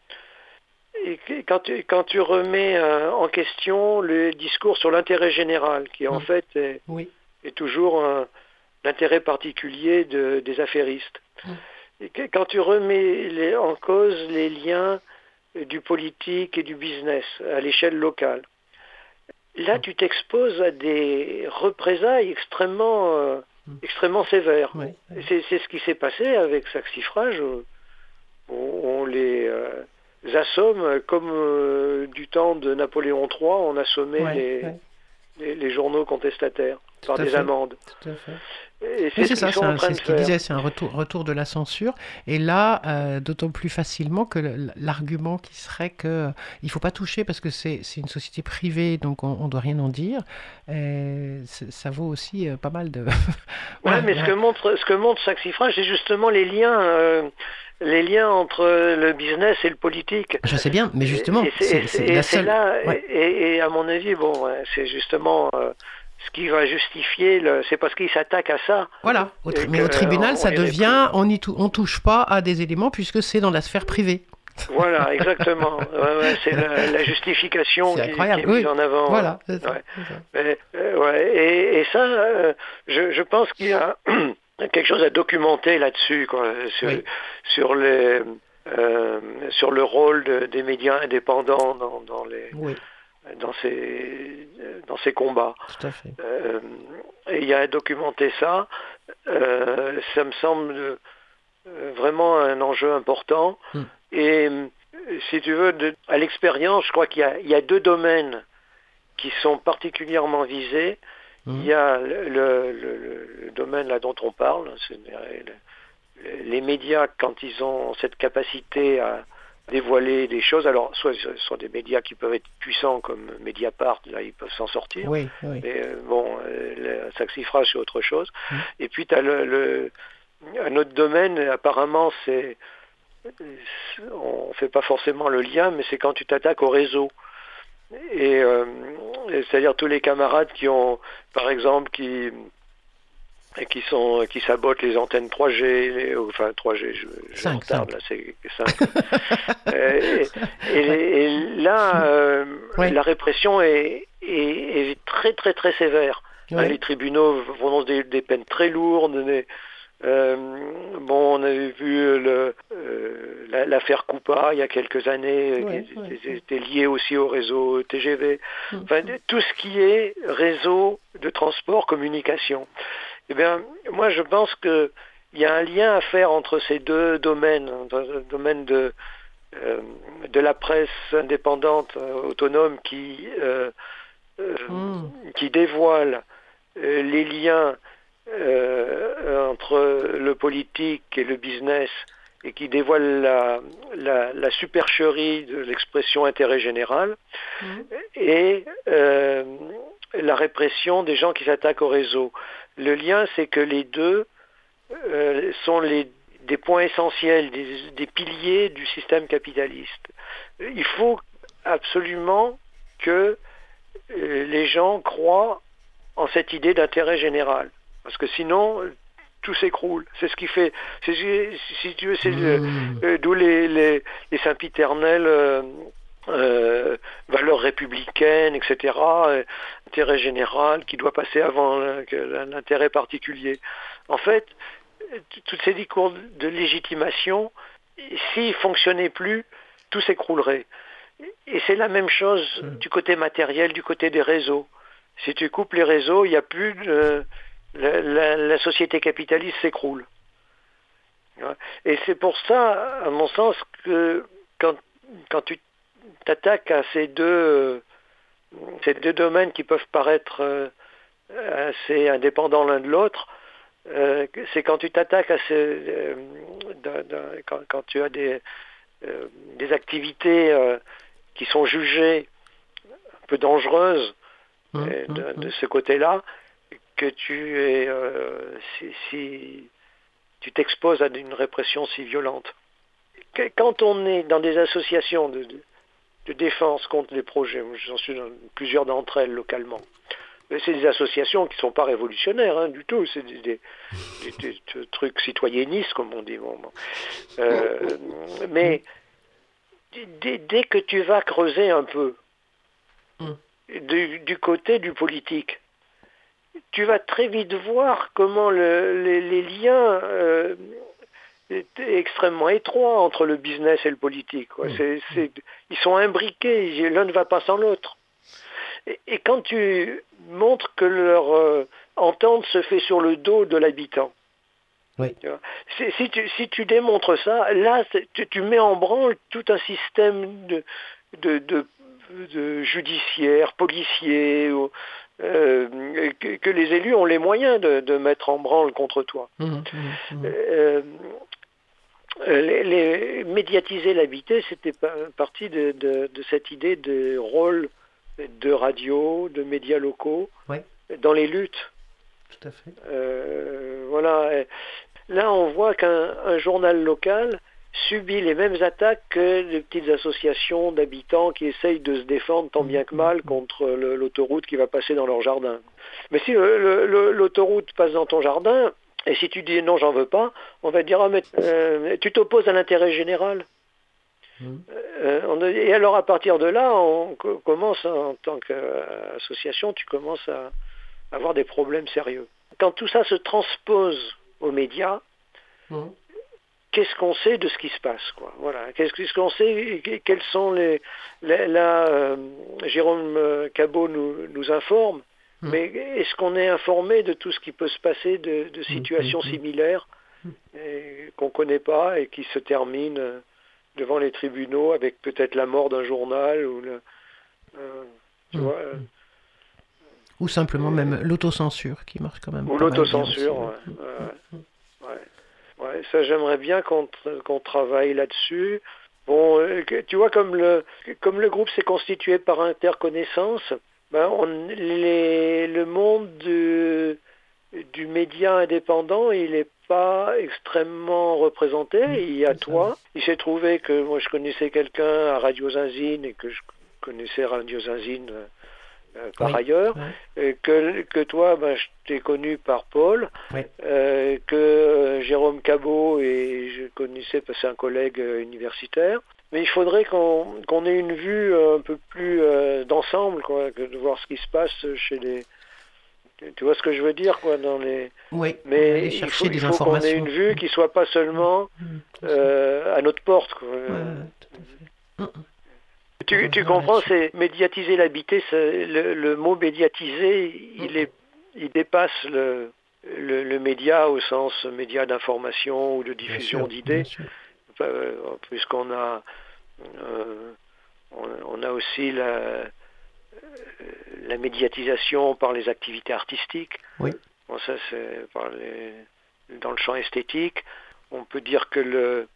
et quand tu remets en question le discours sur l'intérêt général, qui en fait est toujours l'intérêt particulier des affairistes, et quand tu remets en cause les liens du politique et du business à l'échelle locale, là tu t'exposes à des représailles extrêmement sévères. C'est ce qui s'est passé avec Saxifrage, où on les assomme comme du temps de Napoléon III, on assommait les journaux contestataires par des amendes. Tout à fait. C'est ce qu'il disait, c'est un retour de la censure. Et là, d'autant plus facilement que l'argument qui serait qu'il ne faut pas toucher parce que c'est une société privée, donc on ne doit rien en dire, ça vaut aussi pas mal de... Ce que montre Saxifrage, c'est justement les liens entre le business et le politique. Je sais bien, mais justement, c'est la seule... Et à mon avis, c'est justement... ce qui va justifier, c'est parce qu'il s'attaque à ça. Voilà, mais au tribunal, ça devient, on touche pas à des éléments puisque c'est dans la sphère privée. Voilà, exactement. C'est la justification qui est mise en avant. Voilà. Et ça, je pense qu'il y a quelque chose à documenter là-dessus, quoi, sur le rôle des médias indépendants dans ces combats. Tout à fait. Et il y a à documenter ça. Ça me semble vraiment un enjeu important. Et si tu veux, à l'expérience, je crois qu'il y a deux domaines qui sont particulièrement visés. Il y a le domaine là dont on parle, c'est les médias, quand ils ont cette capacité dévoiler des choses. Alors, soit ce sont des médias qui peuvent être puissants comme Mediapart, là ils peuvent s'en sortir. Oui. Mais le Saxifrage c'est autre chose. Et puis tu as un autre domaine, apparemment on fait pas forcément le lien, mais c'est quand tu t'attaques au réseau. Et c'est-à-dire tous les camarades qui ont, par exemple, qui sabotent les antennes 3G, enfin 3G, je retarde, là, c'est 5. et là, la répression est très très très sévère. Ouais. Les tribunaux prononcent des peines très lourdes. On avait vu l'affaire Coupa il y a quelques années, qui était liée aussi au réseau TGV. Enfin, tout ce qui est réseau de transport, communication. Eh bien, moi, je pense qu'il y a un lien à faire entre ces deux domaines, le domaine de la presse indépendante, autonome, qui dévoile les liens entre le politique et le business et qui dévoile la supercherie de l'expression intérêt général et la répression des gens qui s'attaquent au réseau. Le lien, c'est que les deux sont des points essentiels, des piliers du système capitaliste. Il faut absolument que les gens croient en cette idée d'intérêt général. Parce que sinon, tout s'écroule. C'est ce qui fait... Si tu veux, c'est d'où les sempiternelles valeurs républicaines, etc., intérêt général qui doit passer avant l'intérêt particulier. En fait, tous ces discours de légitimation, s'ils ne fonctionnaient plus, tout s'écroulerait. Et c'est la même chose du côté matériel, du côté des réseaux. Si tu coupes les réseaux, il n'y a plus de... La société capitaliste s'écroule. Et c'est pour ça, à mon sens, que quand tu t'attaques à ces deux domaines qui peuvent paraître assez indépendants l'un de l'autre, c'est quand tu t'attaques à quand tu as des activités qui sont jugées un peu dangereuses de ce côté-là, que si tu t'exposes à une répression si violente. Quand on est dans des associations de défense contre les projets, j'en suis dans plusieurs d'entre elles localement, c'est des associations qui ne sont pas révolutionnaires du tout, c'est des trucs citoyennistes comme on dit. Mais dès que tu vas creuser un peu du côté du politique, tu vas très vite voir comment les liens étaient extrêmement étroits entre le business et le politique. Ils sont imbriqués, l'un ne va pas sans l'autre. Et quand tu montres que leur entente se fait sur le dos de l'habitant, si tu démontres ça, là tu mets en branle tout un système de judiciaire, policier, que les élus ont les moyens de mettre en branle contre toi. Médiatiser l'habité, c'était partie de cette idée de rôle de radio, de médias locaux dans les luttes. Tout à fait. Voilà. Là, on voit qu'un journal local subit les mêmes attaques que les petites associations d'habitants qui essayent de se défendre tant bien que mal contre l'autoroute qui va passer dans leur jardin. Mais si l'autoroute passe dans ton jardin, et si tu dis non, j'en veux pas, on va te dire tu t'opposes à l'intérêt général. Et alors à partir de là, on commence en tant qu'association, tu commences à avoir des problèmes sérieux. Quand tout ça se transpose aux médias, qu'est-ce qu'on sait de ce qui se passe, quoi. Voilà. Qu'est-ce qu'on sait, quels sont Jérôme Cabot nous informe, mais est-ce qu'on est informé de tout ce qui peut se passer de situations similaires qu'on ne connaît pas et qui se terminent devant les tribunaux avec peut-être la mort d'un journal tu vois, ou simplement même l'autocensure qui marche quand même. Ou l'autocensure, ça j'aimerais bien qu'on travaille là-dessus. Bon, tu vois, comme le groupe s'est constitué par interconnaissance, ben le monde du média indépendant, il n'est pas extrêmement représenté. Il y a toi. Il s'est trouvé que moi je connaissais quelqu'un à Radio Zinzine et que je connaissais Radio Zinzine par ailleurs. Oui. Que toi, ben, je t'ai connu par Paul. Oui. Que Jérôme Cabot, et je connaissais parce que c'est un collègue universitaire. Mais il faudrait qu'on ait une vue un peu plus d'ensemble, quoi, que de voir ce qui se passe chez les... Tu vois ce que je veux dire, quoi, dans les... Oui, mais il faut qu'on ait une vue qui soit pas seulement à notre porte, quoi. Tout à fait. Tu comprends, c'est médiatiser l'habité, le mot médiatiser, il dépasse le média au sens média d'information ou de diffusion d'idées, puisqu'on a aussi la médiatisation par les activités artistiques. Oui. Bon, ça c'est dans le champ esthétique. On peut dire que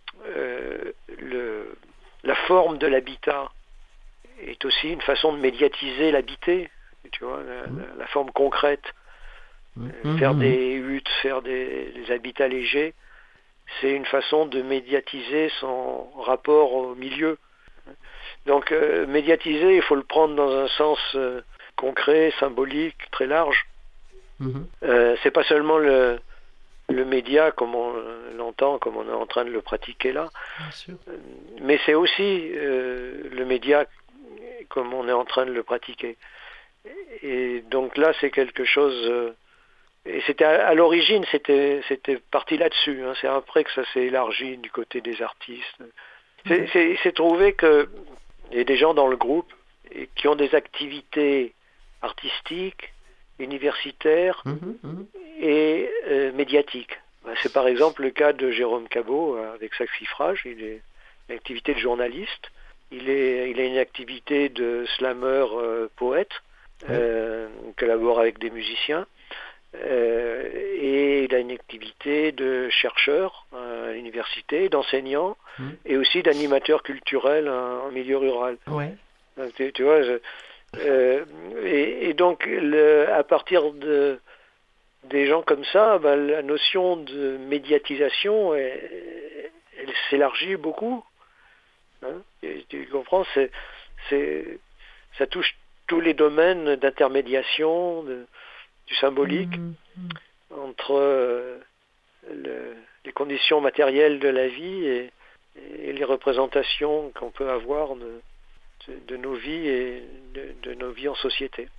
la forme de l'habitat est aussi une façon de médiatiser l'habité, tu vois, la forme concrète. Faire des huttes, faire des habitats légers, c'est une façon de médiatiser son rapport au milieu. Donc médiatiser, il faut le prendre dans un sens concret, symbolique, très large. C'est pas seulement le média comme on l'entend, comme on est en train de le pratiquer là, mais c'est aussi le média comme on est en train de le pratiquer. Et donc là, c'est quelque chose... et c'était à l'origine, c'était parti là-dessus. Hein. C'est après que ça s'est élargi du côté des artistes. C'est trouvé que il y a des gens dans le groupe qui ont des activités artistiques, universitaires et médiatiques. C'est par exemple le cas de Jérôme Cabot avec Saxifrage. Il est une activité de journaliste. Il a une activité de slammer poète. Collabore avec des musiciens. Et il a une activité de chercheur à l'université, d'enseignant et aussi d'animateur culturel en milieu rural. Ouais. Donc, tu vois, et donc à partir des gens comme ça, ben, la notion de médiatisation elle s'élargit beaucoup. Hein, tu comprends, ça touche tous les domaines d'intermédiation, du symbolique, entre les conditions matérielles de la vie et les représentations qu'on peut avoir de nos vies et de nos vies en société.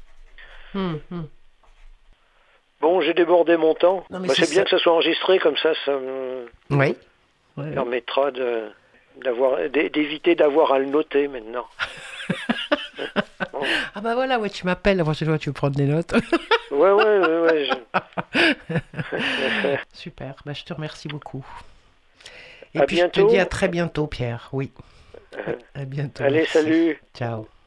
Bon, j'ai débordé mon temps. C'est bien que ça soit enregistré, comme ça me permettra d'éviter d'avoir à le noter maintenant. Ah bah voilà, ouais, tu m'appelles, la prochaine fois tu veux prendre des notes. Ouais. Super, bah, je te remercie beaucoup. Et à puis bientôt. Je te dis à très bientôt, Pierre. Oui. À bientôt. Allez, merci. Salut. Ciao.